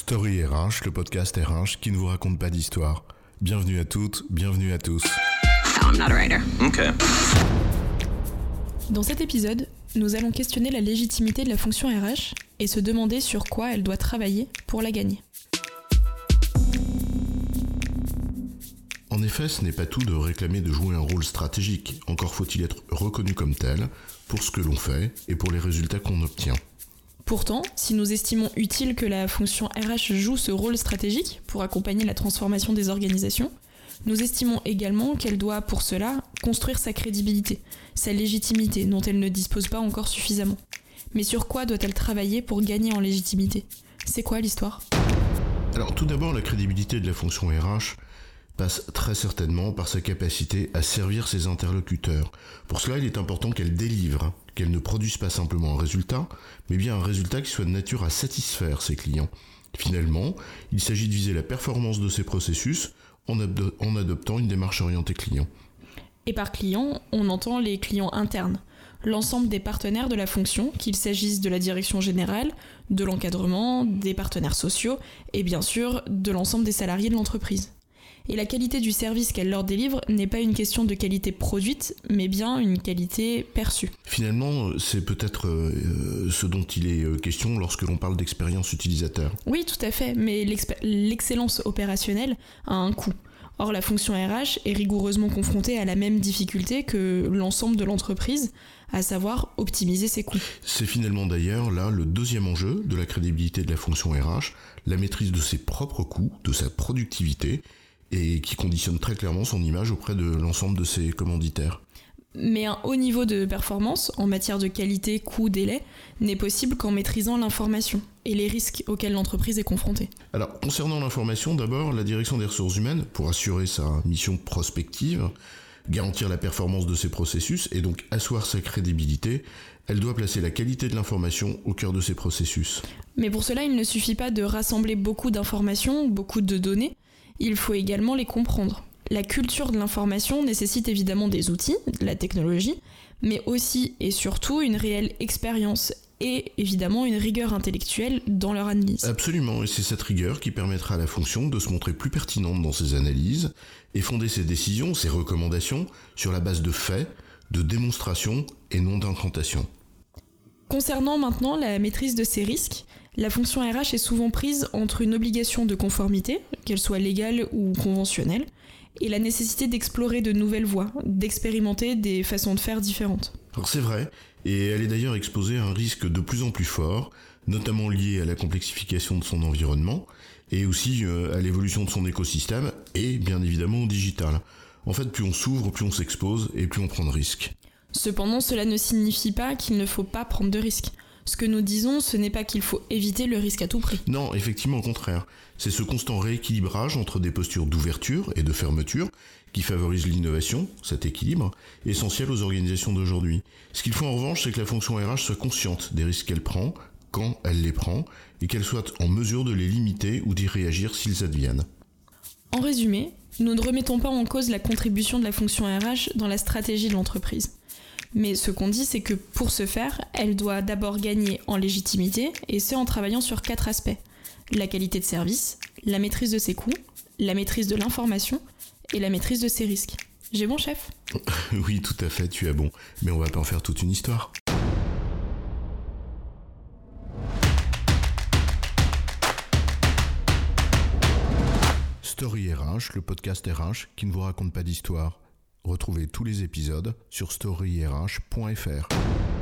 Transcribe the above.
Story RH, le podcast RH qui ne vous raconte pas d'histoire. Bienvenue à toutes, bienvenue à tous. No, I'm not a writer. Okay. Dans cet épisode, nous allons questionner la légitimité de la fonction RH et se demander sur quoi elle doit travailler pour la gagner. En effet, ce n'est pas tout de réclamer de jouer un rôle stratégique, encore faut-il être reconnu comme tel pour ce que l'on fait et pour les résultats qu'on obtient. Pourtant, si nous estimons utile que la fonction RH joue ce rôle stratégique pour accompagner la transformation des organisations, nous estimons également qu'elle doit, pour cela, construire sa crédibilité, sa légitimité dont elle ne dispose pas encore suffisamment. Mais sur quoi doit-elle travailler pour gagner en légitimité ? C'est quoi l'histoire ? Alors tout d'abord, la crédibilité de la fonction RH passe très certainement par sa capacité à servir ses interlocuteurs. Pour cela, il est important qu'elle délivre, qu'elle ne produise pas simplement un résultat, mais bien un résultat qui soit de nature à satisfaire ses clients. Finalement, il s'agit de viser la performance de ses processus en adoptant une démarche orientée client. Et par client, on entend les clients internes, l'ensemble des partenaires de la fonction, qu'il s'agisse de la direction générale, de l'encadrement, des partenaires sociaux et bien sûr de l'ensemble des salariés de l'entreprise. Et la qualité du service qu'elle leur délivre n'est pas une question de qualité produite, mais bien une qualité perçue. Finalement, c'est peut-être ce dont il est question lorsque l'on parle d'expérience utilisateur. Oui, tout à fait, mais l'excellence opérationnelle a un coût. Or, la fonction RH est rigoureusement confrontée à la même difficulté que l'ensemble de l'entreprise, à savoir optimiser ses coûts. C'est finalement d'ailleurs là le deuxième enjeu de la crédibilité de la fonction RH, la maîtrise de ses propres coûts, de sa productivité, et qui conditionne très clairement son image auprès de l'ensemble de ses commanditaires. Mais un haut niveau de performance, en matière de qualité, coût, délai, n'est possible qu'en maîtrisant l'information et les risques auxquels l'entreprise est confrontée. Alors, concernant l'information, d'abord, la direction des ressources humaines, pour assurer sa mission prospective, garantir la performance de ses processus et donc asseoir sa crédibilité, elle doit placer la qualité de l'information au cœur de ses processus. Mais pour cela, il ne suffit pas de rassembler beaucoup d'informations, beaucoup de données, il faut également les comprendre. La culture de l'information nécessite évidemment des outils, de la technologie, mais aussi et surtout une réelle expérience et évidemment une rigueur intellectuelle dans leur analyse. Absolument, et c'est cette rigueur qui permettra à la fonction de se montrer plus pertinente dans ses analyses et fonder ses décisions, ses recommandations sur la base de faits, de démonstrations et non d'incantations. Concernant maintenant la maîtrise de ces risques, la fonction RH est souvent prise entre une obligation de conformité, qu'elle soit légale ou conventionnelle, et la nécessité d'explorer de nouvelles voies, d'expérimenter des façons de faire différentes. Alors c'est vrai, et elle est d'ailleurs exposée à un risque de plus en plus fort, notamment lié à la complexification de son environnement, et aussi à l'évolution de son écosystème, et bien évidemment au digital. En fait, plus on s'ouvre, plus on s'expose, et plus on prend de risques. Cependant, cela ne signifie pas qu'il ne faut pas prendre de risques. Ce que nous disons, ce n'est pas qu'il faut éviter le risque à tout prix. Non, effectivement, au contraire. C'est ce constant rééquilibrage entre des postures d'ouverture et de fermeture qui favorise l'innovation, cet équilibre, essentiel aux organisations d'aujourd'hui. Ce qu'il faut en revanche, c'est que la fonction RH soit consciente des risques qu'elle prend, quand elle les prend, et qu'elle soit en mesure de les limiter ou d'y réagir s'ils adviennent. En résumé, nous ne remettons pas en cause la contribution de la fonction RH dans la stratégie de l'entreprise. Mais ce qu'on dit, c'est que pour ce faire, elle doit d'abord gagner en légitimité, et ce en travaillant sur 4 aspects. La qualité de service, la maîtrise de ses coûts, la maîtrise de l'information et la maîtrise de ses risques. J'ai bon, chef ? Oui, tout à fait, tu as bon. Mais on va pas en faire toute une histoire. Story RH, le podcast RH qui ne vous raconte pas d'histoire. Retrouvez tous les épisodes sur storyrh.fr.